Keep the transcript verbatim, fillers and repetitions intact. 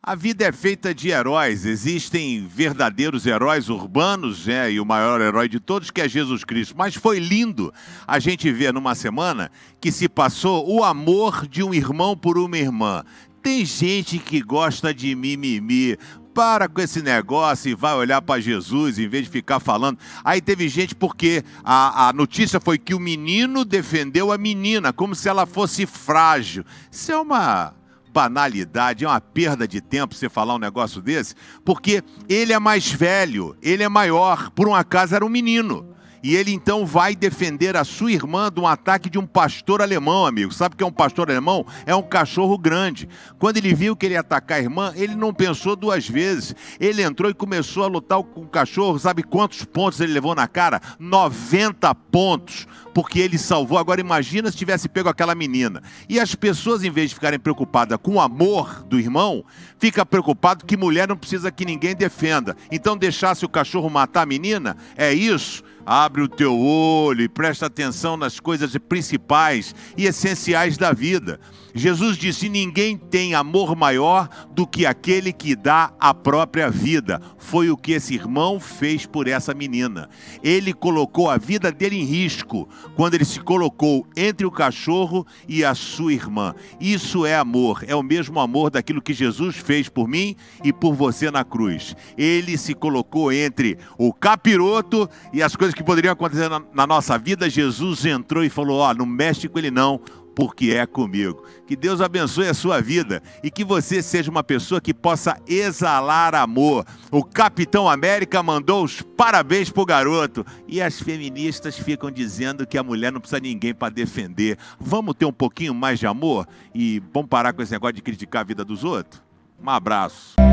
A vida é feita de heróis, existem verdadeiros heróis urbanos, né? E o maior herói de todos que é Jesus Cristo. Mas foi lindo a gente ver numa semana que se passou o amor de um irmão por uma irmã. Tem gente que gosta de mimimi. Para com esse negócio e vai olhar para Jesus em vez de ficar falando. Aí teve gente porque a, a notícia foi que o menino defendeu a menina, como se ela fosse frágil. Isso é uma banalidade, é uma perda de tempo você falar um negócio desse, porque ele é mais velho, ele é maior, por um acaso era um menino. E ele então vai defender a sua irmã de um ataque de um pastor alemão, amigo. Sabe o que é um pastor alemão? É um cachorro grande. Quando ele viu que ele ia atacar a irmã, ele não pensou duas vezes. Ele entrou e começou a lutar com o cachorro. Sabe quantos pontos ele levou na cara? noventa pontos. Porque ele salvou. Agora imagina se tivesse pego aquela menina. E as pessoas, em vez de ficarem preocupadas com o amor do irmão, fica preocupado que mulher não precisa que ninguém defenda. Então deixasse o cachorro matar a menina? É isso? Abre o teu olho e presta atenção nas coisas principais e essenciais da vida. Jesus disse: ninguém tem amor maior do que aquele que dá a própria vida. Foi o que esse irmão fez por essa menina. Ele colocou a vida dele em risco quando ele se colocou entre o cachorro e a sua irmã. Isso é amor, é o mesmo amor daquilo que Jesus fez por mim e por você na cruz. Ele se colocou entre o capiroto e as coisas que poderiam acontecer na, na nossa vida. Jesus entrou e falou: ó, não mexe com ele não, porque é comigo. Que Deus abençoe a sua vida e que você seja uma pessoa que possa exalar amor. O Capitão América mandou os parabéns pro garoto e as feministas ficam dizendo que a mulher não precisa de ninguém para defender. Vamos ter um pouquinho mais de amor e vamos parar com esse negócio de criticar a vida dos outros? Um abraço.